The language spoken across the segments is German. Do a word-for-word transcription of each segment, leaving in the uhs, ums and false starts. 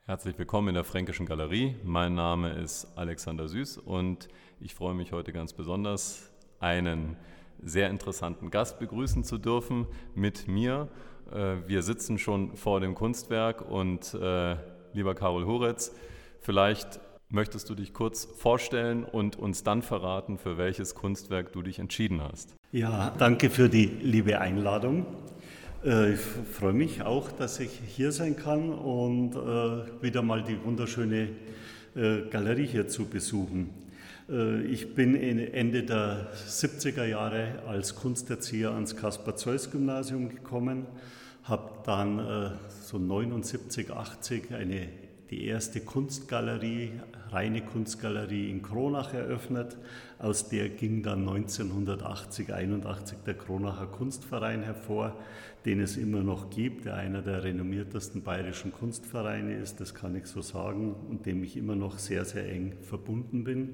Herzlich willkommen in der Fränkischen Galerie. Mein Name ist Alexander Süß und ich freue mich heute ganz besonders, einen sehr interessanten Gast begrüßen zu dürfen mit mir. Wir sitzen schon vor dem Kunstwerk und äh, lieber Karol Horetz, vielleicht möchtest du dich kurz vorstellen und uns dann verraten, für welches Kunstwerk du dich entschieden hast. Ja, danke für die liebe Einladung. Ich freue mich auch, dass ich hier sein kann und wieder mal die wunderschöne Galerie hier zu besuchen. Ich bin Ende der siebziger Jahre als Kunsterzieher ans Caspar-Zeus-Gymnasium gekommen, habe dann so neunundsiebzig, achtzig eine, die erste Kunstgalerie, reine Kunstgalerie in Kronach eröffnet. Aus der ging dann neunzehnhundertachtzig, einundachtzig der Kronacher Kunstverein hervor, den es immer noch gibt, der einer der renommiertesten bayerischen Kunstvereine ist, das kann ich so sagen, und dem ich immer noch sehr, sehr eng verbunden bin.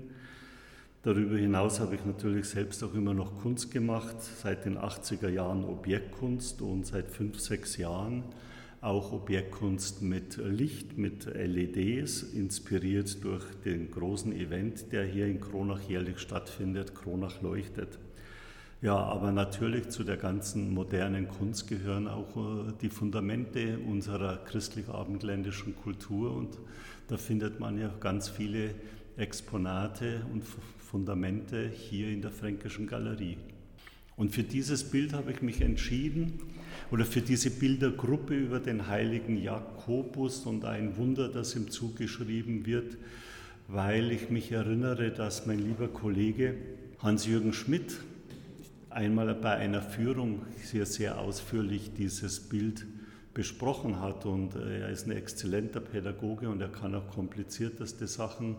Darüber hinaus habe ich natürlich selbst auch immer noch Kunst gemacht, seit den achtziger Jahren Objektkunst und seit fünf, sechs Jahren auch Objektkunst mit Licht, mit L E Ds, inspiriert durch den großen Event, der hier in Kronach jährlich stattfindet, Kronach leuchtet. Ja, aber natürlich zu der ganzen modernen Kunst gehören auch die Fundamente unserer christlich-abendländischen Kultur und da findet man ja ganz viele Exponate und Fundamente hier in der Fränkischen Galerie. Und für dieses Bild habe ich mich entschieden, oder für diese Bildergruppe über den heiligen Jakobus und ein Wunder, das ihm zugeschrieben wird, weil ich mich erinnere, dass mein lieber Kollege Hans-Jürgen Schmidt einmal bei einer Führung sehr, sehr ausführlich dieses Bild besprochen hat. Und er ist ein exzellenter Pädagoge und er kann auch komplizierteste Sachen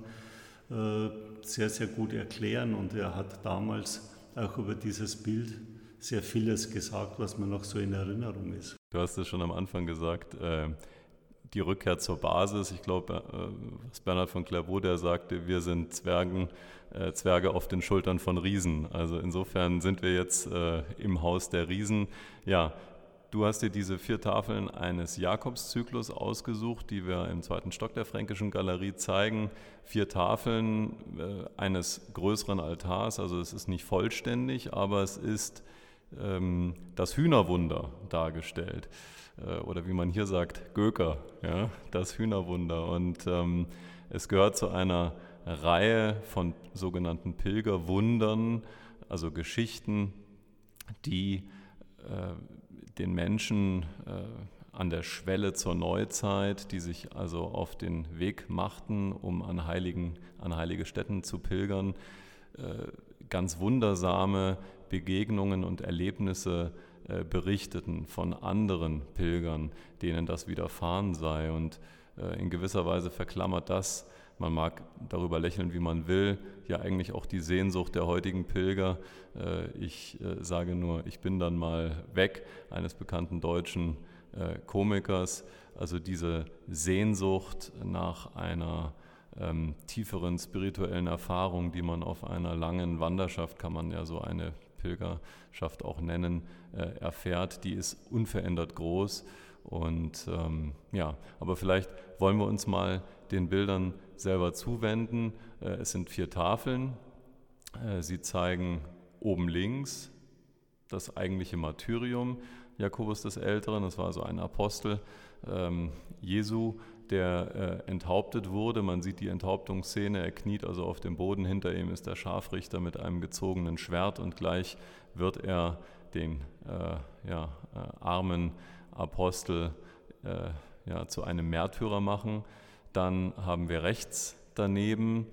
sehr, sehr gut erklären. Und er hat damals auch über dieses Bild sehr vieles gesagt, was mir noch so in Erinnerung ist. Du hast es schon am Anfang gesagt, äh, die Rückkehr zur Basis. Ich glaube, äh, was Bernhard von Clairvaux, der sagte, wir sind Zwergen, äh, Zwerge auf den Schultern von Riesen. Also insofern sind wir jetzt äh, im Haus der Riesen. Ja, du hast dir diese vier Tafeln eines Jakobszyklus ausgesucht, die wir im zweiten Stock der Fränkischen Galerie zeigen. Vier Tafeln äh, eines größeren Altars, also es ist nicht vollständig, aber es ist ähm, das Hühnerwunder dargestellt. Äh, oder wie man hier sagt, Göker, ja, das Hühnerwunder. Und ähm, es gehört zu einer Reihe von sogenannten Pilgerwundern, also Geschichten, die äh, den Menschen äh, an der Schwelle zur Neuzeit, die sich also auf den Weg machten, um an, heiligen, an heilige Stätten zu pilgern, äh, ganz wundersame Begegnungen und Erlebnisse äh, berichteten von anderen Pilgern, denen das widerfahren sei. Und äh, in gewisser Weise verklammert das, man mag darüber lächeln, wie man will, ja eigentlich auch die Sehnsucht der heutigen Pilger. Ich sage nur, ich bin dann mal weg, eines bekannten deutschen Komikers. Also diese Sehnsucht nach einer ähm, tieferen spirituellen Erfahrung, die man auf einer langen Wanderschaft, kann man ja so eine Pilgerschaft auch nennen, äh, erfährt, die ist unverändert groß. Und ähm, ja, aber vielleicht wollen wir uns mal den Bildern selber zuwenden. Es sind vier Tafeln. Sie zeigen oben links das eigentliche Martyrium Jakobus des Älteren. Das war so ein Apostel ähm, Jesu, der äh, enthauptet wurde. Man sieht die Enthauptungsszene. Er kniet also auf dem Boden. Hinter ihm ist der Scharfrichter mit einem gezogenen Schwert und gleich wird er den äh, ja, äh, armen Apostel äh, ja, zu einem Märtyrer machen. Dann haben wir rechts daneben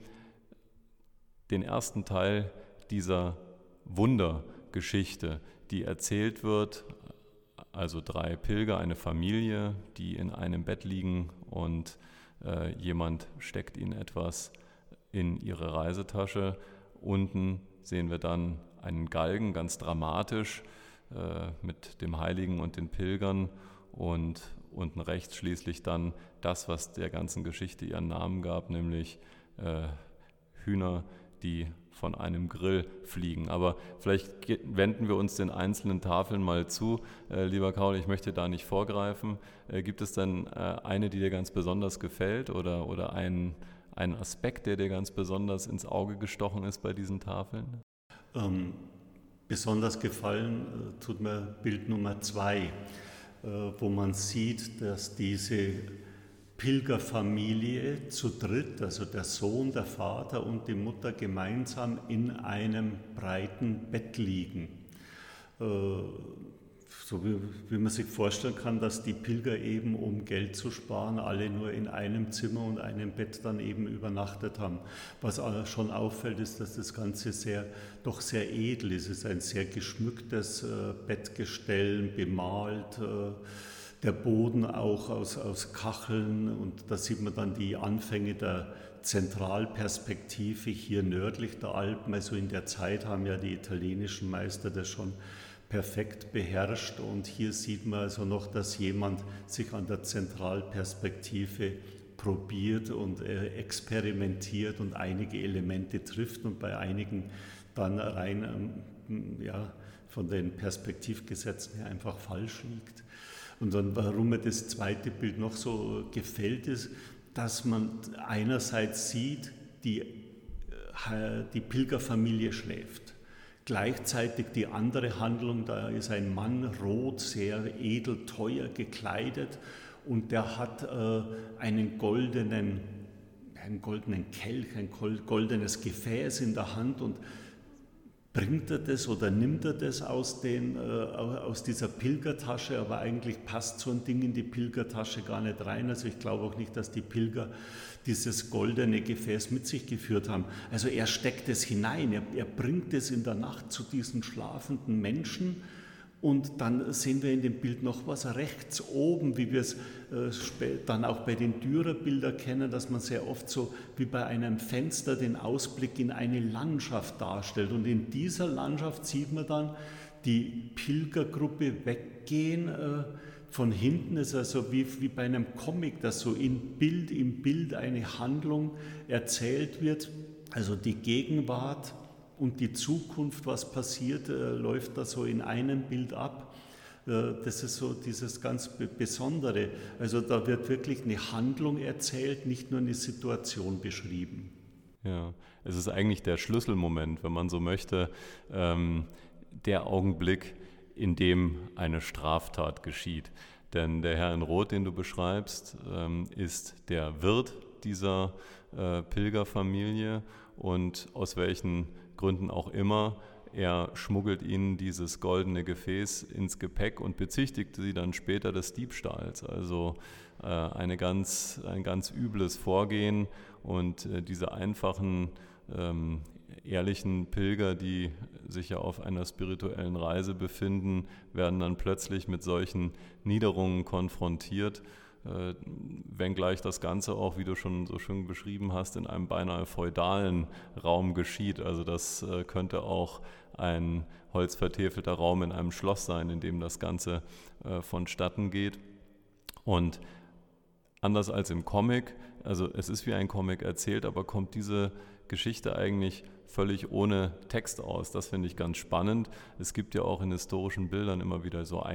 den ersten Teil dieser Wundergeschichte, die erzählt wird, also drei Pilger, eine Familie, die in einem Bett liegen und äh, jemand steckt ihnen etwas in ihre Reisetasche. Unten sehen wir dann einen Galgen, ganz dramatisch, äh, mit dem Heiligen und den Pilgern und unten rechts schließlich dann das, was der ganzen Geschichte ihren Namen gab, nämlich äh, Hühner, die von einem Grill fliegen. Aber vielleicht wenden wir uns den einzelnen Tafeln mal zu. Äh, lieber Kaul, ich möchte da nicht vorgreifen. Äh, gibt es denn äh, eine, die dir ganz besonders gefällt oder, oder einen, einen Aspekt, der dir ganz besonders ins Auge gestochen ist bei diesen Tafeln? Ähm, besonders gefallen äh, tut mir Bild Nummer zwei, äh, wo man sieht, dass diese Pilgerfamilie zu dritt, also der Sohn, der Vater und die Mutter gemeinsam in einem breiten Bett liegen. Äh, so wie, wie man sich vorstellen kann, dass die Pilger eben, um Geld zu sparen, alle nur in einem Zimmer und einem Bett dann eben übernachtet haben. Was schon auffällt, ist, dass das Ganze sehr, doch sehr edel ist. Es ist ein sehr geschmücktes äh, Bettgestell, bemalt, äh, der Boden auch aus, aus Kacheln, und da sieht man dann die Anfänge der Zentralperspektive hier nördlich der Alpen. Also in der Zeit haben ja die italienischen Meister das schon perfekt beherrscht, und hier sieht man also noch, dass jemand sich an der Zentralperspektive probiert und äh, experimentiert und einige Elemente trifft und bei einigen dann rein ähm, ja, von den Perspektivgesetzen her einfach falsch liegt. Und dann, warum mir das zweite Bild noch so gefällt, ist, dass man einerseits sieht, die, die Pilgerfamilie schläft. Gleichzeitig die andere Handlung, da ist ein Mann rot, sehr edel, teuer gekleidet, und der hat äh, einen goldenen, einen goldenen Kelch, ein goldenes Gefäß in der Hand, und bringt er das oder nimmt er das aus, den, äh, aus dieser Pilgertasche, aber eigentlich passt so ein Ding in die Pilgertasche gar nicht rein. Also ich glaube auch nicht, dass die Pilger dieses goldene Gefäß mit sich geführt haben. Also er steckt es hinein, er, er bringt es in der Nacht zu diesen schlafenden Menschen. Und dann sehen wir in dem Bild noch was rechts oben, wie wir es äh, dann auch bei den Dürer-Bildern kennen, dass man sehr oft so wie bei einem Fenster den Ausblick in eine Landschaft darstellt. Und in dieser Landschaft sieht man dann die Pilgergruppe weggehen. Äh, von hinten ist also wie, wie bei einem Comic, dass so in Bild im Bild eine Handlung erzählt wird. Also die Gegenwart und die Zukunft, was passiert, äh, läuft da so in einem Bild ab. Äh, das ist so dieses ganz Besondere. Also da wird wirklich eine Handlung erzählt, nicht nur eine Situation beschrieben. Ja, es ist eigentlich der Schlüsselmoment, wenn man so möchte, ähm, der Augenblick, in dem eine Straftat geschieht. Denn der Herr in Rot, den du beschreibst, ähm, ist der Wirt dieser äh, Pilgerfamilie, und aus welchen Gründen auch immer, er schmuggelt ihnen dieses goldene Gefäß ins Gepäck und bezichtigt sie dann später des Diebstahls. Also äh, eine ganz, ein ganz übles Vorgehen, und äh, diese einfachen, ähm, ehrlichen Pilger, die sich ja auf einer spirituellen Reise befinden, werden dann plötzlich mit solchen Niederungen konfrontiert. Äh, wenngleich das Ganze auch, wie du schon so schön beschrieben hast, in einem beinahe feudalen Raum geschieht. Also das äh, könnte auch ein holzvertäfelter Raum in einem Schloss sein, in dem das Ganze äh, vonstatten geht. Und anders als im Comic, also es ist wie ein Comic erzählt, aber kommt diese Geschichte eigentlich völlig ohne Text aus. Das finde ich ganz spannend. Es gibt ja auch in historischen Bildern immer wieder so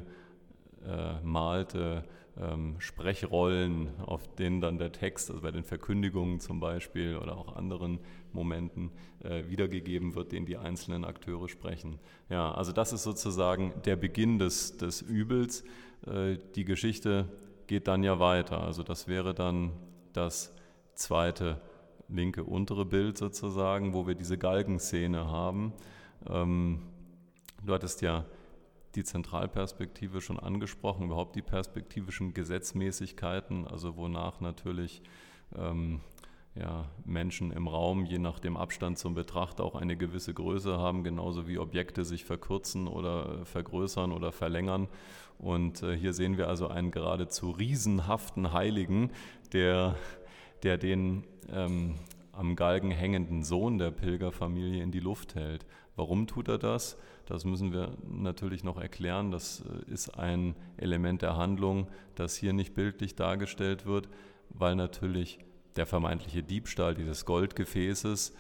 eingemalte ähm, Sprechrollen, auf denen dann der Text, also bei den Verkündigungen zum Beispiel oder auch anderen Momenten äh, wiedergegeben wird, den die einzelnen Akteure sprechen. Ja, also das ist sozusagen der Beginn des, des Übels. Äh, die Geschichte geht dann ja weiter. Also das wäre dann das zweite linke untere Bild sozusagen, wo wir diese Galgenszene haben. Ähm, du hattest ja die Zentralperspektive schon angesprochen, überhaupt die perspektivischen Gesetzmäßigkeiten, also wonach natürlich ähm, ja, Menschen im Raum je nach dem Abstand zum Betrachter auch eine gewisse Größe haben, genauso wie Objekte sich verkürzen oder vergrößern oder verlängern. Und äh, hier sehen wir also einen geradezu riesenhaften Heiligen, der, der den ähm, am Galgen hängenden Sohn der Pilgerfamilie in die Luft hält. Warum tut er das? Das müssen wir natürlich noch erklären. Das ist ein Element der Handlung, das hier nicht bildlich dargestellt wird, weil natürlich der vermeintliche Diebstahl dieses Goldgefäßes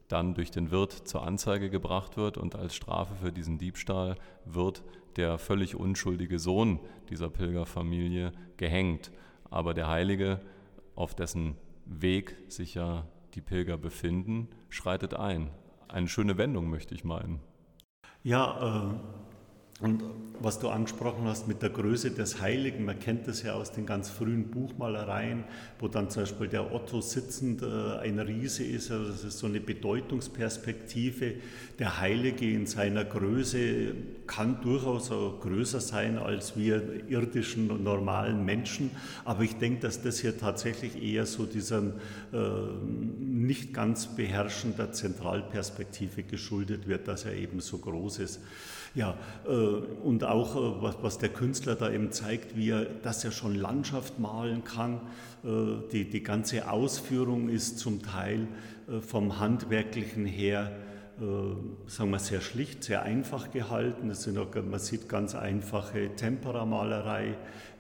dann durch den Wirt zur Anzeige gebracht wird und als Strafe für diesen Diebstahl wird der völlig unschuldige Sohn dieser Pilgerfamilie gehängt. Aber der Heilige, auf dessen Weg sich ja die Pilger befinden, schreitet ein. Eine schöne Wendung, möchte ich meinen. Ja, äh, und was du angesprochen hast mit der Größe des Heiligen, man kennt das ja aus den ganz frühen Buchmalereien, wo dann zum Beispiel der Otto sitzend äh, ein Riese ist, also das ist so eine Bedeutungsperspektive. Der Heilige in seiner Größe kann durchaus auch größer sein als wir irdischen und normalen Menschen, aber ich denke, dass das hier tatsächlich eher so diesem äh, nicht ganz Beherrschen der Zentralperspektive geschuldet wird, dass er eben so groß ist. Ja, äh, und auch äh, was, was der Künstler da eben zeigt, wie er, dass er schon Landschaft malen kann. Äh, die, die ganze Ausführung ist zum Teil äh, vom Handwerklichen her, äh, sagen wir, sehr schlicht, sehr einfach gehalten. Es sind auch, man sieht ganz einfache Temperamalerei,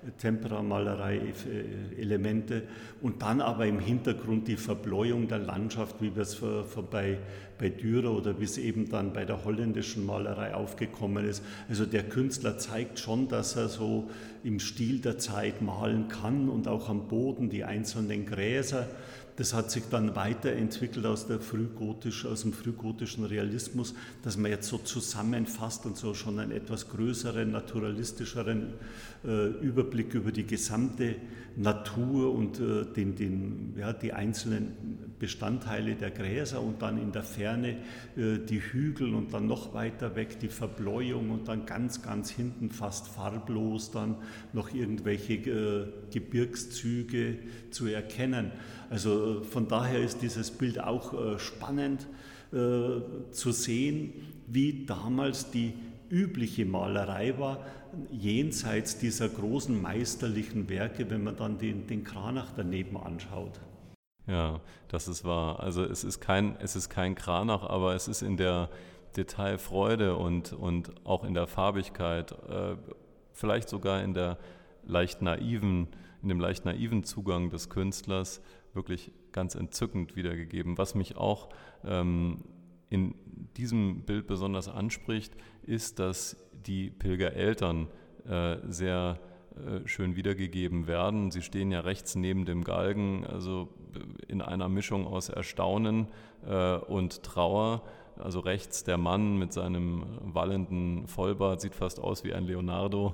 Temperamalerei-Elemente und dann aber im Hintergrund die Verbläuung der Landschaft, wie wir es für, für bei, bei Dürer oder wie es eben dann bei der holländischen Malerei aufgekommen ist. Also der Künstler zeigt schon, dass er so im Stil der Zeit malen kann und auch am Boden die einzelnen Gräser. Das hat sich dann weiterentwickelt aus, der frühgotisch, aus dem frühgotischen Realismus, dass man jetzt so zusammenfasst und so schon einen etwas größeren, naturalistischeren äh, Überblick über die gesamte Natur und äh, den, den, ja, die einzelnen Bestandteile der Gräser und dann in der Ferne äh, die Hügel und dann noch weiter weg die Verbläuung und dann ganz, ganz hinten fast farblos dann noch irgendwelche äh, Gebirgszüge zu erkennen. Also von daher ist dieses Bild auch äh, spannend äh, zu sehen, wie damals die übliche Malerei war, jenseits dieser großen meisterlichen Werke, wenn man dann den, den Cranach daneben anschaut. Ja, das ist wahr. Also es ist kein, es ist kein Cranach, aber es ist in der Detailfreude und, und auch in der Farbigkeit, äh, vielleicht sogar in der leicht naiven, in dem leicht naiven Zugang des Künstlers wirklich ganz entzückend wiedergegeben. Was mich auch ähm, in diesem Bild besonders anspricht, ist, dass die Pilgereltern äh, sehr äh, schön wiedergegeben werden. Sie stehen ja rechts neben dem Galgen, also in einer Mischung aus Erstaunen äh, und Trauer. Also rechts der Mann mit seinem wallenden Vollbart, sieht fast aus wie ein Leonardo.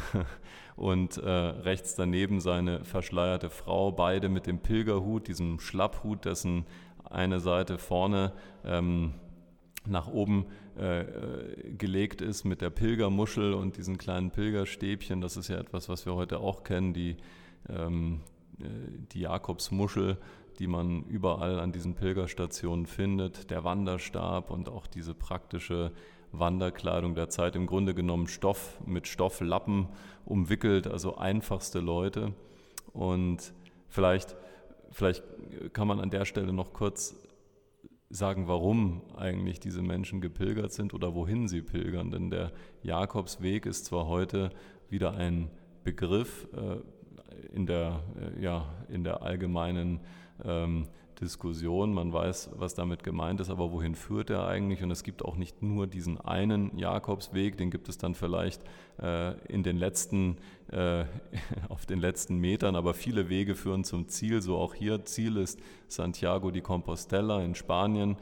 Und äh, rechts daneben seine verschleierte Frau, beide mit dem Pilgerhut, diesem Schlapphut, dessen eine Seite vorne ähm, nach oben äh, gelegt ist mit der Pilgermuschel und diesen kleinen Pilgerstäbchen. Das ist ja etwas, was wir heute auch kennen, die, ähm, die Jakobsmuschel, die man überall an diesen Pilgerstationen findet, der Wanderstab und auch diese praktische Wanderkleidung der Zeit, im Grunde genommen Stoff mit Stofflappen umwickelt, also einfachste Leute. Und vielleicht, vielleicht kann man an der Stelle noch kurz sagen, warum eigentlich diese Menschen gepilgert sind oder wohin sie pilgern. Denn der Jakobsweg ist zwar heute wieder ein Begriff äh, in der, äh, ja, in der allgemeinen ähm, Diskussion, man weiß, was damit gemeint ist, aber wohin führt er eigentlich? Und es gibt auch nicht nur diesen einen Jakobsweg, den gibt es dann vielleicht äh, in den letzten, äh, auf den letzten Metern, aber viele Wege führen zum Ziel, so auch hier. Ziel ist Santiago de Compostela in Spanien,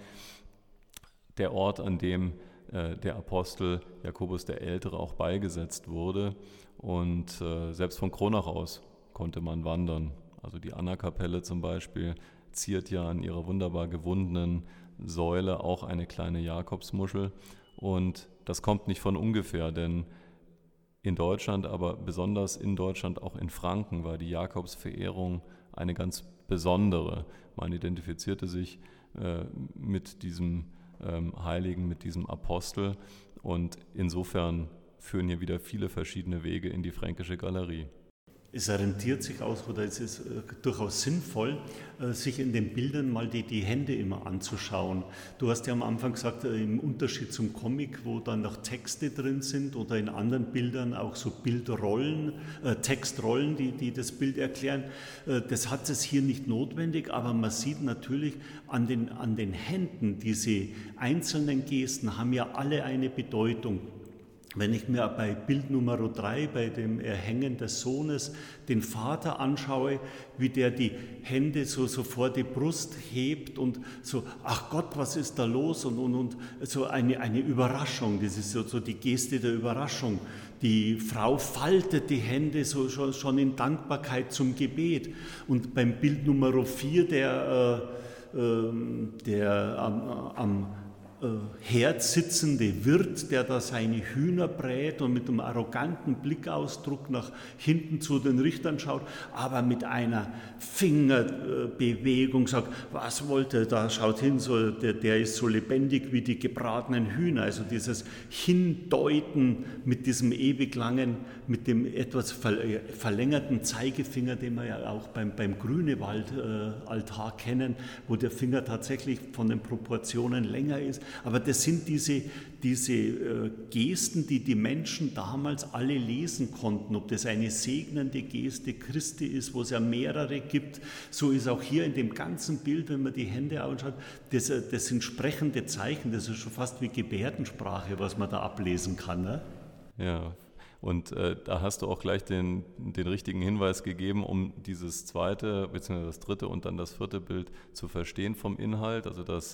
der Ort, an dem äh, der Apostel Jakobus der Ältere auch beigesetzt wurde. Und äh, selbst von Kronach aus konnte man wandern. Also die Anna-Kapelle zum Beispiel ziert ja an ihrer wunderbar gewundenen Säule auch eine kleine Jakobsmuschel. Und das kommt nicht von ungefähr, denn in Deutschland, aber besonders in Deutschland, auch in Franken, war die Jakobsverehrung eine ganz besondere. Man identifizierte sich äh, mit diesem ähm, Heiligen, mit diesem Apostel. Und insofern führen hier wieder viele verschiedene Wege in die Fränkische Galerie. Es rentiert sich aus oder es ist äh, durchaus sinnvoll, äh, sich in den Bildern mal die, die Hände immer anzuschauen. Du hast ja am Anfang gesagt, äh, im Unterschied zum Comic, wo dann noch Texte drin sind oder in anderen Bildern auch so Bildrollen, äh, Textrollen, die, die das Bild erklären. Äh, das hat es hier nicht notwendig, aber man sieht natürlich an den, an den Händen, diese einzelnen Gesten haben ja alle eine Bedeutung. Wenn ich mir bei Bild Nummer drei, bei dem Erhängen des Sohnes, den Vater anschaue, wie der die Hände so, so vor die Brust hebt und so, ach Gott, was ist da los? Und, und, und so eine, eine Überraschung, das ist so, so die Geste der Überraschung. Die Frau faltet die Hände so schon, schon in Dankbarkeit zum Gebet. Und beim Bild Nummer vier, der, äh, äh, der am, am Herd sitzende Wirt, der da seine Hühner brät und mit einem arroganten Blickausdruck nach hinten zu den Richtern schaut, aber mit einer Fingerbewegung sagt, was wollte er da, schaut hin, so, der, der ist so lebendig wie die gebratenen Hühner. Also dieses Hindeuten mit diesem ewig langen, mit dem etwas verlängerten Zeigefinger, den wir ja auch beim, beim Grünewald-Altar kennen, wo der Finger tatsächlich von den Proportionen länger ist. Aber das sind diese, diese äh, Gesten, die die Menschen damals alle lesen konnten. Ob das eine segnende Geste Christi ist, wo es ja mehrere gibt, so ist auch hier in dem ganzen Bild, wenn man die Hände anschaut, das, das sind sprechende Zeichen, das ist schon fast wie Gebärdensprache, was man da ablesen kann. Ne? Ja. Und äh, da hast du auch gleich den, den richtigen Hinweis gegeben, um dieses zweite, beziehungsweise das dritte und dann das vierte Bild zu verstehen vom Inhalt. Also das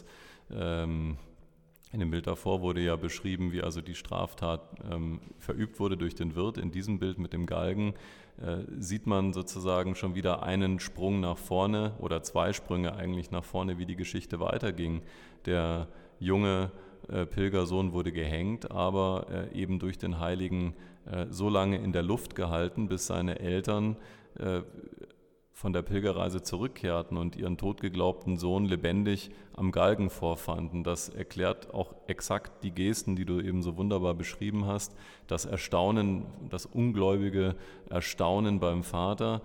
ähm, in dem Bild davor wurde ja beschrieben, wie also die Straftat ähm, verübt wurde durch den Wirt. In diesem Bild mit dem Galgen äh, sieht man sozusagen schon wieder einen Sprung nach vorne oder zwei Sprünge eigentlich nach vorne, wie die Geschichte weiterging. Der junge äh, Pilgersohn wurde gehängt, aber äh, eben durch den Heiligen äh, so lange in der Luft gehalten, bis seine Eltern äh, von der Pilgerreise zurückkehrten und ihren totgeglaubten Sohn lebendig am Galgen vorfanden. Das erklärt auch exakt die Gesten, die du eben so wunderbar beschrieben hast. Das Erstaunen, das ungläubige Erstaunen beim Vater,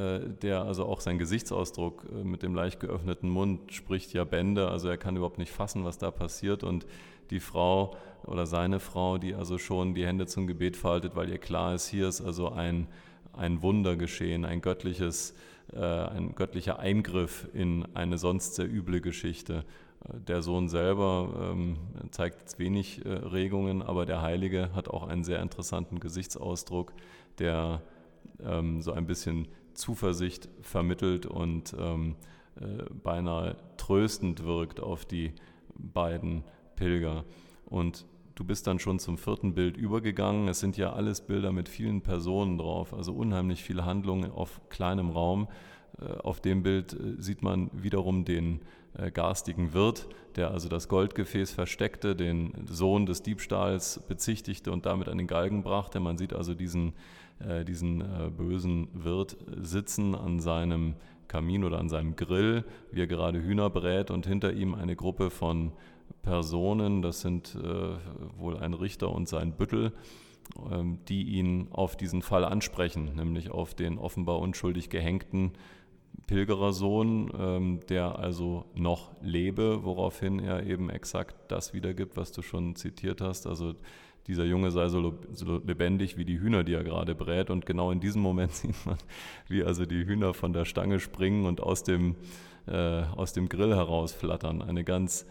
der also auch sein Gesichtsausdruck mit dem leicht geöffneten Mund spricht ja Bände, also er kann überhaupt nicht fassen, was da passiert. Und die Frau oder seine Frau, die also schon die Hände zum Gebet faltet, weil ihr klar ist, hier ist also ein, ein Wunder geschehen, ein göttliches ein göttlicher Eingriff in eine sonst sehr üble Geschichte. Der Sohn selber ähm, zeigt jetzt wenig äh, Regungen, aber der Heilige hat auch einen sehr interessanten Gesichtsausdruck, der ähm, so ein bisschen Zuversicht vermittelt und ähm, äh, beinahe tröstend wirkt auf die beiden Pilger. Und du bist dann schon zum vierten Bild übergegangen. Es sind ja alles Bilder mit vielen Personen drauf, also unheimlich viel Handlung auf kleinem Raum. Auf dem Bild sieht man wiederum den garstigen Wirt, der also das Goldgefäß versteckte, den Sohn des Diebstahls bezichtigte und damit an den Galgen brachte. Man sieht also diesen, diesen bösen Wirt sitzen an seinem Kamin oder an seinem Grill, wie er gerade Hühner brät, und hinter ihm eine Gruppe von Personen, das sind äh, wohl ein Richter und sein Büttel, ähm, die ihn auf diesen Fall ansprechen, nämlich auf den offenbar unschuldig gehängten Pilgerersohn, ähm, der also noch lebe, woraufhin er eben exakt das wiedergibt, was du schon zitiert hast, also dieser Junge sei so, so lebendig wie die Hühner, die er gerade brät, und genau in diesem Moment sieht man, wie also die Hühner von der Stange springen und aus dem, äh, aus dem Grill herausflattern. Eine ganz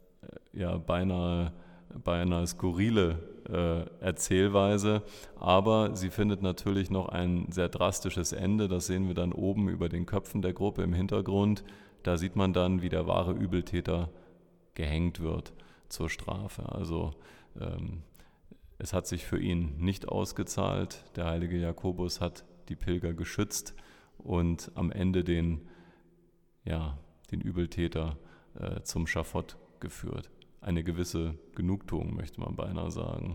ja, beinahe, beinahe skurrile äh, Erzählweise, aber sie findet natürlich noch ein sehr drastisches Ende. Das sehen wir dann oben über den Köpfen der Gruppe im Hintergrund. Da sieht man dann, wie der wahre Übeltäter gehängt wird zur Strafe. Also ähm, es hat sich für ihn nicht ausgezahlt. Der heilige Jakobus hat die Pilger geschützt und am Ende den, ja, den Übeltäter äh, zum Schafott geführt. Eine gewisse Genugtuung, möchte man beinahe sagen.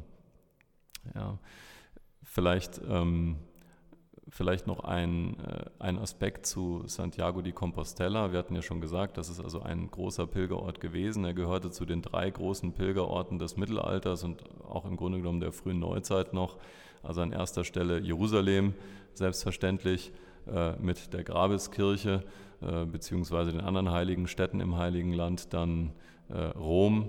Ja, vielleicht, ähm, vielleicht noch ein, äh, ein Aspekt zu Santiago de Compostela. Wir hatten ja schon gesagt, das ist also ein großer Pilgerort gewesen. Er gehörte zu den drei großen Pilgerorten des Mittelalters und auch im Grunde genommen der frühen Neuzeit noch. Also an erster Stelle Jerusalem, selbstverständlich äh, mit der Grabeskirche äh, beziehungsweise den anderen heiligen Städten im Heiligen Land, dann äh, Rom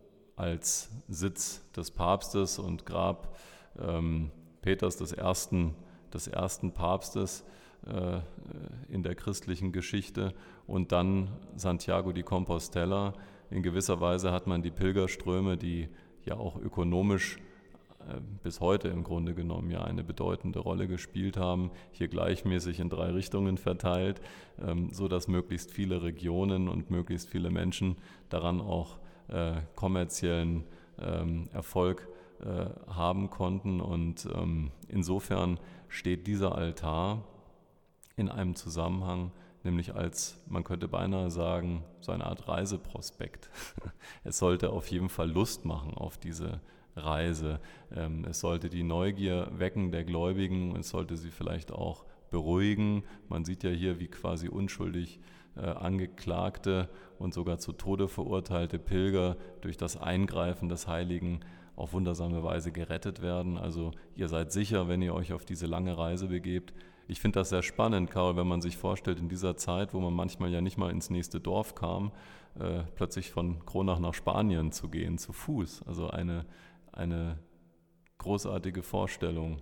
als Sitz des Papstes und Grab ähm, Peters des ersten, des ersten Papstes äh, in der christlichen Geschichte, und dann Santiago de Compostela. In gewisser Weise hat man die Pilgerströme, die ja auch ökonomisch äh, bis heute im Grunde genommen ja eine bedeutende Rolle gespielt haben, hier gleichmäßig in drei Richtungen verteilt, ähm, sodass möglichst viele Regionen und möglichst viele Menschen daran auch äh, kommerziellen ähm, Erfolg äh, haben konnten. Und ähm, insofern steht dieser Altar in einem Zusammenhang, nämlich als, man könnte beinahe sagen, so eine Art Reiseprospekt. Es sollte auf jeden Fall Lust machen auf diese Reise. Es sollte die Neugier wecken der Gläubigen, es sollte sie vielleicht auch beruhigen. Man sieht ja hier, wie quasi unschuldig äh, angeklagte und sogar zu Tode verurteilte Pilger durch das Eingreifen des Heiligen auf wundersame Weise gerettet werden. Also ihr seid sicher, wenn ihr euch auf diese lange Reise begebt. Ich finde das sehr spannend, Karl, wenn man sich vorstellt, in dieser Zeit, wo man manchmal ja nicht mal ins nächste Dorf kam, äh, plötzlich von Kronach nach Spanien zu gehen, zu Fuß. Also eine, eine großartige Vorstellung.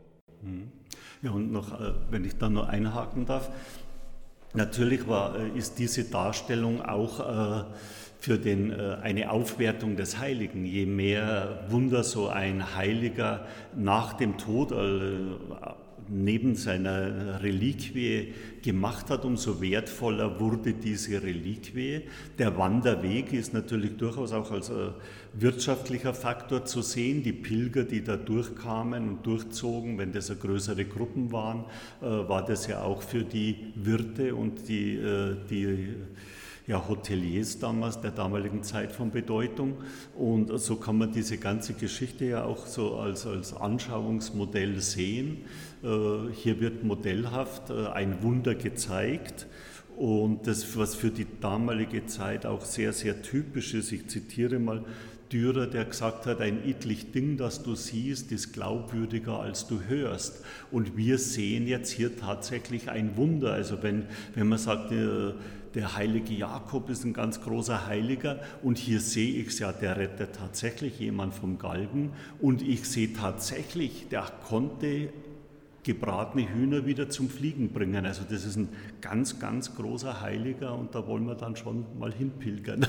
Ja, und noch, äh, wenn ich da nur einhaken darf, natürlich war, äh, ist diese Darstellung auch äh, für den, äh, eine Aufwertung des Heiligen. Je mehr Wunder so ein Heiliger nach dem Tod äh, neben seiner Reliquie gemacht hat, umso wertvoller wurde diese Reliquie. Der Wanderweg ist natürlich durchaus auch als äh, wirtschaftlicher Faktor zu sehen. Die Pilger, die da durchkamen und durchzogen, wenn das größere Gruppen waren, äh, war das ja auch für die Wirte und die, äh, die ja, Hoteliers damals, der damaligen Zeit von Bedeutung. Und so kann man diese ganze Geschichte ja auch so als, als Anschauungsmodell sehen. Äh, hier wird modellhaft äh, ein Wunder gezeigt. Und das, was für die damalige Zeit auch sehr, sehr typisch ist, ich zitiere mal Dürer, der gesagt hat, ein idlich Ding, das du siehst, ist glaubwürdiger, als du hörst. Und wir sehen jetzt hier tatsächlich ein Wunder. Also wenn, wenn man sagt, der, der heilige Jakob ist ein ganz großer Heiliger, und hier sehe ich es ja, der rettet tatsächlich jemand vom Galgen, und ich sehe tatsächlich, der konnte gebratene Hühner wieder zum Fliegen bringen. Also das ist ein ganz, ganz großer Heiliger, und da wollen wir dann schon mal hinpilgern.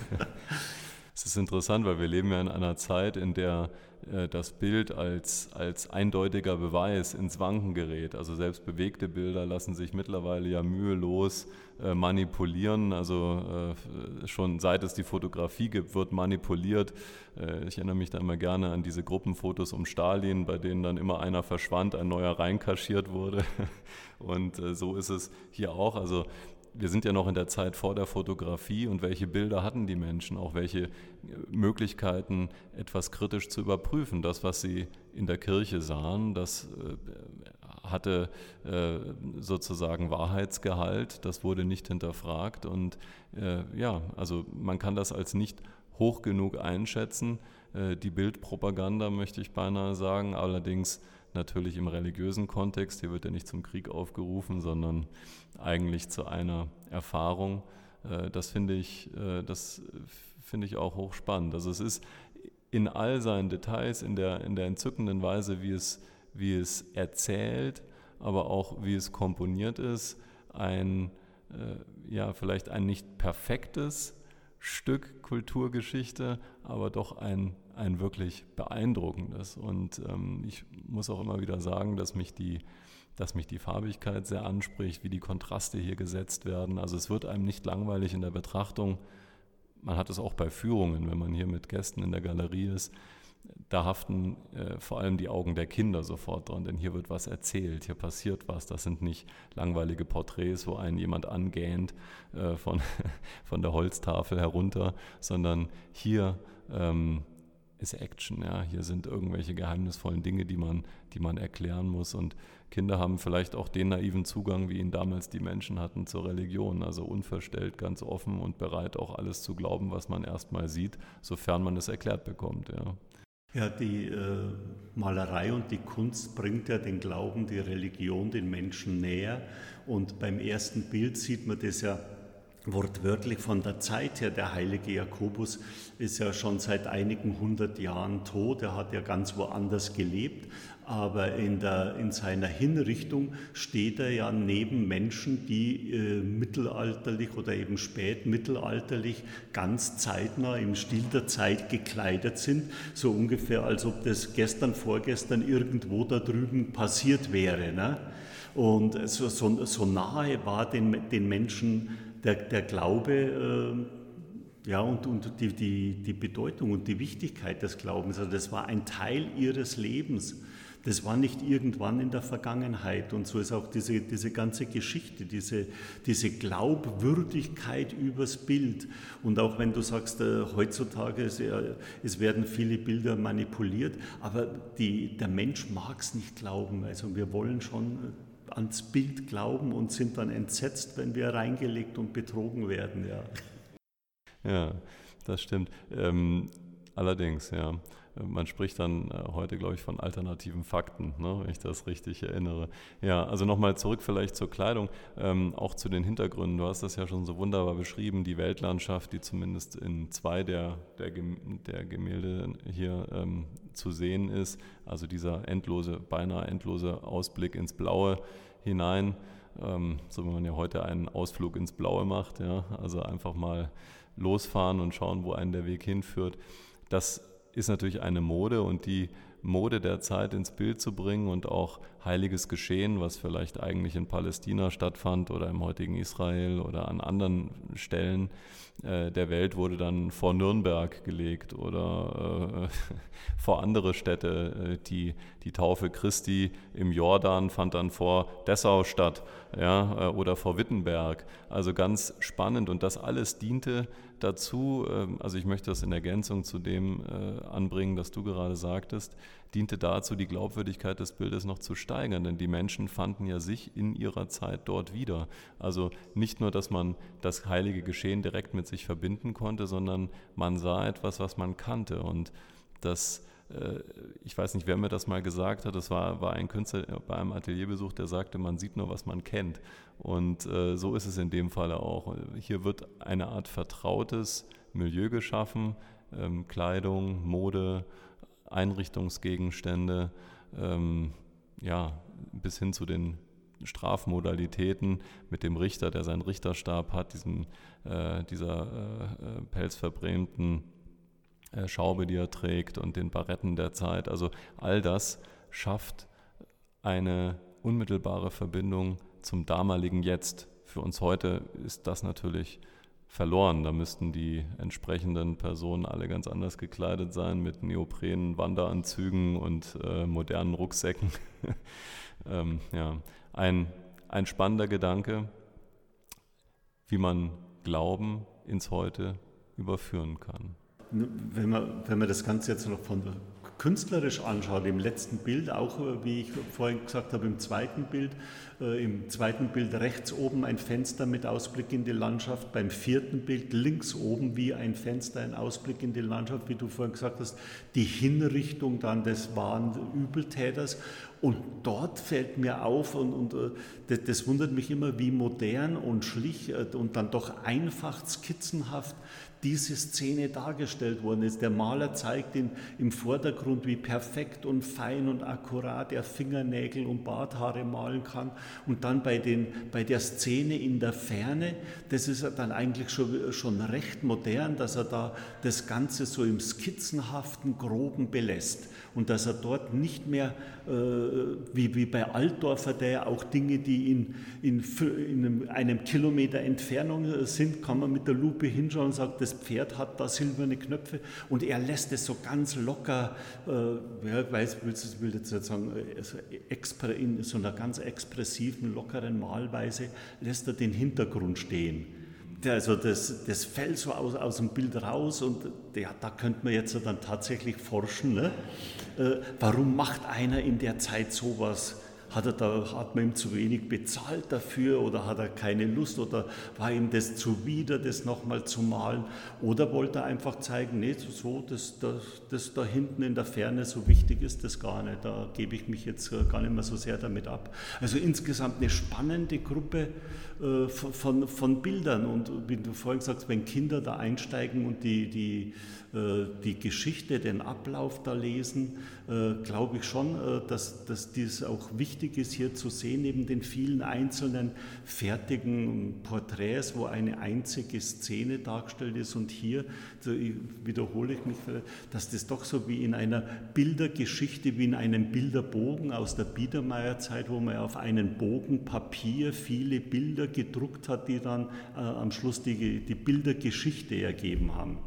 Es ist interessant, weil wir leben ja in einer Zeit, in der äh, das Bild als, als eindeutiger Beweis ins Wanken gerät. Also selbst bewegte Bilder lassen sich mittlerweile ja mühelos äh, manipulieren. Also äh, schon seit es die Fotografie gibt, wird manipuliert. Äh, ich erinnere mich da immer gerne an diese Gruppenfotos um Stalin, bei denen dann immer einer verschwand, ein neuer reinkaschiert wurde. Und äh, so ist es hier auch. Also wir sind ja noch in der Zeit vor der Fotografie, und welche Bilder hatten die Menschen, auch welche Möglichkeiten, etwas kritisch zu überprüfen. Das, was sie in der Kirche sahen, das hatte sozusagen Wahrheitsgehalt, das wurde nicht hinterfragt, und ja, also man kann das als nicht hoch genug einschätzen, die Bildpropaganda, möchte ich beinahe sagen, allerdings natürlich im religiösen Kontext. Hier wird ja nicht zum Krieg aufgerufen, sondern eigentlich zu einer Erfahrung. Das finde ich, das finde ich auch hochspannend. Also es ist in all seinen Details, in der, in der entzückenden Weise, wie es, wie es erzählt, aber auch wie es komponiert ist, ein, ja, vielleicht ein nicht perfektes Stück Kulturgeschichte, aber doch ein, ein wirklich beeindruckendes. Und ähm, ich muss auch immer wieder sagen, dass mich, die, dass mich die Farbigkeit sehr anspricht, wie die Kontraste hier gesetzt werden. Also es wird einem nicht langweilig in der Betrachtung. Man hat es auch bei Führungen, wenn man hier mit Gästen in der Galerie ist. Da haften äh, vor allem die Augen der Kinder sofort dran, denn hier wird was erzählt, hier passiert was. Das sind nicht langweilige Porträts, wo einen jemand angähnt äh, von, von der Holztafel herunter, sondern hier ähm, ist Action. Ja? Hier sind irgendwelche geheimnisvollen Dinge, die man, die man erklären muss. Und Kinder haben vielleicht auch den naiven Zugang, wie ihn damals die Menschen hatten zur Religion, also unverstellt, ganz offen und bereit, auch alles zu glauben, was man erst mal sieht, sofern man es erklärt bekommt. Ja. Ja, die äh, Malerei und die Kunst bringt ja den Glauben, die Religion den Menschen näher. Und beim ersten Bild sieht man das ja wortwörtlich von der Zeit her. Der heilige Jakobus ist ja schon seit einigen hundert Jahren tot. Er hat ja ganz woanders gelebt. Aber in, der, in seiner Hinrichtung steht er ja neben Menschen, die äh, mittelalterlich oder eben spätmittelalterlich ganz zeitnah im Stil der Zeit gekleidet sind. So ungefähr, als ob das gestern, vorgestern irgendwo da drüben passiert wäre. Ne? Und so, so, so nahe war den, den Menschen der, der Glaube äh, ja, und, und die, die, die Bedeutung und die Wichtigkeit des Glaubens. Also das war ein Teil ihres Lebens. Das war nicht irgendwann in der Vergangenheit. Und so ist auch diese, diese ganze Geschichte, diese, diese Glaubwürdigkeit übers Bild. Und auch wenn du sagst, äh, heutzutage, ist, äh, es werden viele Bilder manipuliert, aber die, der Mensch mag es nicht glauben. Also wir wollen schon ans Bild glauben und sind dann entsetzt, wenn wir reingelegt und betrogen werden. Ja, ja, das stimmt. Ähm, allerdings, ja. Man spricht dann heute, glaube ich, von alternativen Fakten, ne, wenn ich das richtig erinnere. Ja, also nochmal zurück vielleicht zur Kleidung, ähm, auch zu den Hintergründen. Du hast das ja schon so wunderbar beschrieben, die Weltlandschaft, die zumindest in zwei der, der, der Gemälde hier ähm, zu sehen ist. Also dieser endlose, beinahe endlose Ausblick ins Blaue hinein, ähm, so wie man ja heute einen Ausflug ins Blaue macht. Ja, also einfach mal losfahren und schauen, wo einen der Weg hinführt. Das ist natürlich eine Mode, und die Mode der Zeit ins Bild zu bringen und auch heiliges Geschehen, was vielleicht eigentlich in Palästina stattfand oder im heutigen Israel oder an anderen Stellen äh, der Welt, wurde dann vor Nürnberg gelegt oder äh, vor andere Städte. Die, die Taufe Christi im Jordan fand dann vor Dessau statt, ja, oder vor Wittenberg. Also ganz spannend, und das alles diente dazu, also ich möchte das in Ergänzung zu dem anbringen, das du gerade sagtest, diente dazu, die Glaubwürdigkeit des Bildes noch zu steigern, denn die Menschen fanden ja sich in ihrer Zeit dort wieder. Also nicht nur, dass man das heilige Geschehen direkt mit sich verbinden konnte, sondern man sah etwas, was man kannte, und das, ich weiß nicht, wer mir das mal gesagt hat, das war, war ein Künstler bei einem Atelierbesuch, der sagte, man sieht nur, was man kennt. Und äh, so ist es in dem Falle auch. Hier wird eine Art vertrautes Milieu geschaffen, ähm, Kleidung, Mode, Einrichtungsgegenstände, ähm, ja, bis hin zu den Strafmodalitäten mit dem Richter, der seinen Richterstab hat, diesem, äh, dieser äh, pelzverbrämten äh, Schaube, die er trägt, und den Baretten der Zeit. Also all das schafft eine unmittelbare Verbindung zum damaligen Jetzt. Für uns heute ist das natürlich verloren. Da müssten die entsprechenden Personen alle ganz anders gekleidet sein, mit Neoprenen, Wanderanzügen und äh, modernen Rucksäcken. ähm, ja. ein, ein spannender Gedanke, wie man Glauben ins Heute überführen kann. Wenn man, wenn man das Ganze jetzt noch von künstlerisch anschaut, im letzten Bild, auch wie ich vorhin gesagt habe, im zweiten Bild, äh, im zweiten Bild rechts oben ein Fenster mit Ausblick in die Landschaft, beim vierten Bild links oben wie ein Fenster, ein Ausblick in die Landschaft, wie du vorhin gesagt hast, die Hinrichtung dann des wahren Übeltäters. Und dort fällt mir auf, und, und das, das wundert mich immer, wie modern und schlicht und dann doch einfach skizzenhaft diese Szene dargestellt worden ist. Der Maler zeigt in, im Vordergrund, wie perfekt und fein und akkurat er Fingernägel und Barthaare malen kann. Und dann bei, den, bei der Szene in der Ferne, das ist dann eigentlich schon, schon recht modern, dass er da das Ganze so im skizzenhaften, groben belässt. Und dass er dort nicht mehr, äh, wie, wie bei Altdorfer, der ja auch Dinge, die in, in, in einem, einem Kilometer Entfernung sind, kann man mit der Lupe hinschauen und sagt, das Pferd hat da silberne Knöpfe, und er lässt es so ganz locker, äh, ja, ich weiß, ich will jetzt nicht sagen, also in so einer ganz expressiven, lockeren Malweise lässt er den Hintergrund stehen. Also das, das fällt so aus, aus dem Bild raus, und ja, da könnte man jetzt dann tatsächlich forschen, ne? Äh, warum macht einer in der Zeit sowas? hat, er da, hat man ihm zu wenig bezahlt dafür oder hat er keine Lust oder war ihm das zuwider, das nochmal zu malen? Oder wollte er einfach zeigen, nee, so, das, das, das da hinten in der Ferne, so wichtig ist das gar nicht, da gebe ich mich jetzt gar nicht mehr so sehr damit ab. Also insgesamt eine spannende Gruppe äh, von, von Bildern und wie du vorhin sagst, wenn Kinder da einsteigen und die, die, äh, die Geschichte, den Ablauf da lesen, äh, glaube ich schon, äh, dass, dass dies auch wichtig ist, hier zu sehen, neben den vielen einzelnen fertigen Porträts, wo eine einzige Szene dargestellt ist und hier, so wiederhole ich mich, dass das doch so wie in einer Bildergeschichte, wie in einem Bilderbogen aus der Biedermeierzeit, wo man auf einen Bogen Papier viele Bilder gedruckt hat, die dann äh, am Schluss die, die Bildergeschichte ergeben haben.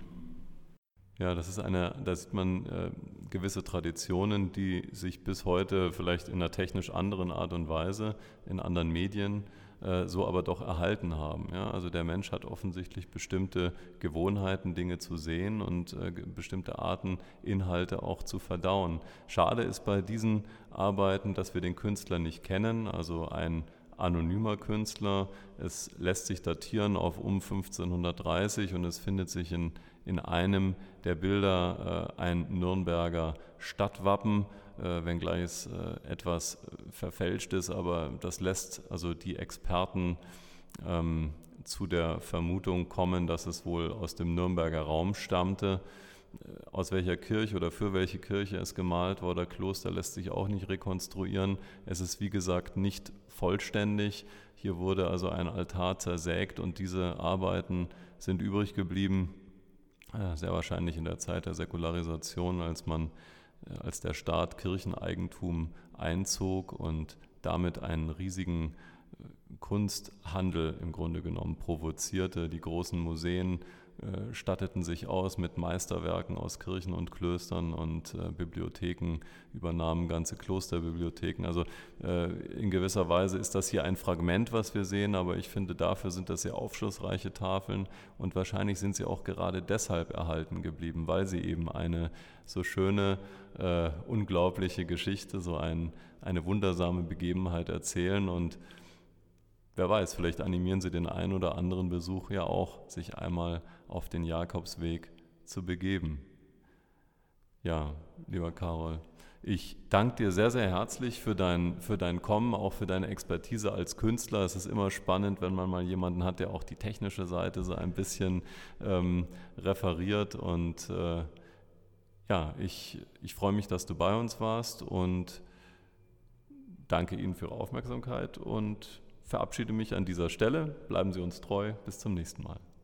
Ja, das ist eine, da sieht man äh, gewisse Traditionen, die sich bis heute vielleicht in einer technisch anderen Art und Weise, in anderen Medien, äh, so aber doch erhalten haben. Ja? Also der Mensch hat offensichtlich bestimmte Gewohnheiten, Dinge zu sehen und äh, bestimmte Arten, Inhalte auch zu verdauen. Schade ist bei diesen Arbeiten, dass wir den Künstler nicht kennen, also ein anonymer Künstler. Es lässt sich datieren auf um fünfzehnhundertdreißig und es findet sich in, in einem der Bilder äh, ein Nürnberger Stadtwappen, äh, wenngleich es äh, etwas verfälscht ist, aber das lässt also die Experten ähm, zu der Vermutung kommen, dass es wohl aus dem Nürnberger Raum stammte. Aus welcher Kirche oder für welche Kirche es gemalt war oder Kloster lässt sich auch nicht rekonstruieren. Es ist wie gesagt nicht vollständig. Hier wurde also ein Altar zersägt und diese Arbeiten sind übrig geblieben, sehr wahrscheinlich in der Zeit der Säkularisation, als man, als der Staat Kircheneigentum einzog und damit einen riesigen Kunsthandel im Grunde genommen provozierte. Die großen Museen äh, statteten sich aus mit Meisterwerken aus Kirchen und Klöstern und äh, Bibliotheken übernahmen ganze Klosterbibliotheken. Also äh, in gewisser Weise ist das hier ein Fragment, was wir sehen, aber ich finde, dafür sind das sehr aufschlussreiche Tafeln und wahrscheinlich sind sie auch gerade deshalb erhalten geblieben, weil sie eben eine so schöne, äh, unglaubliche Geschichte, so ein, eine wundersame Begebenheit erzählen und wer weiß, vielleicht animieren sie den einen oder anderen Besuch ja auch, sich einmal auf den Jakobsweg zu begeben. Ja, lieber Karol, ich danke dir sehr, sehr herzlich für dein, für dein Kommen, auch für deine Expertise als Künstler. Es ist immer spannend, wenn man mal jemanden hat, der auch die technische Seite so ein bisschen ähm, referiert. Und äh, ja, ich, ich freue mich, dass du bei uns warst und danke Ihnen für Ihre Aufmerksamkeit und verabschiede mich an dieser Stelle. Bleiben Sie uns treu. Bis zum nächsten Mal.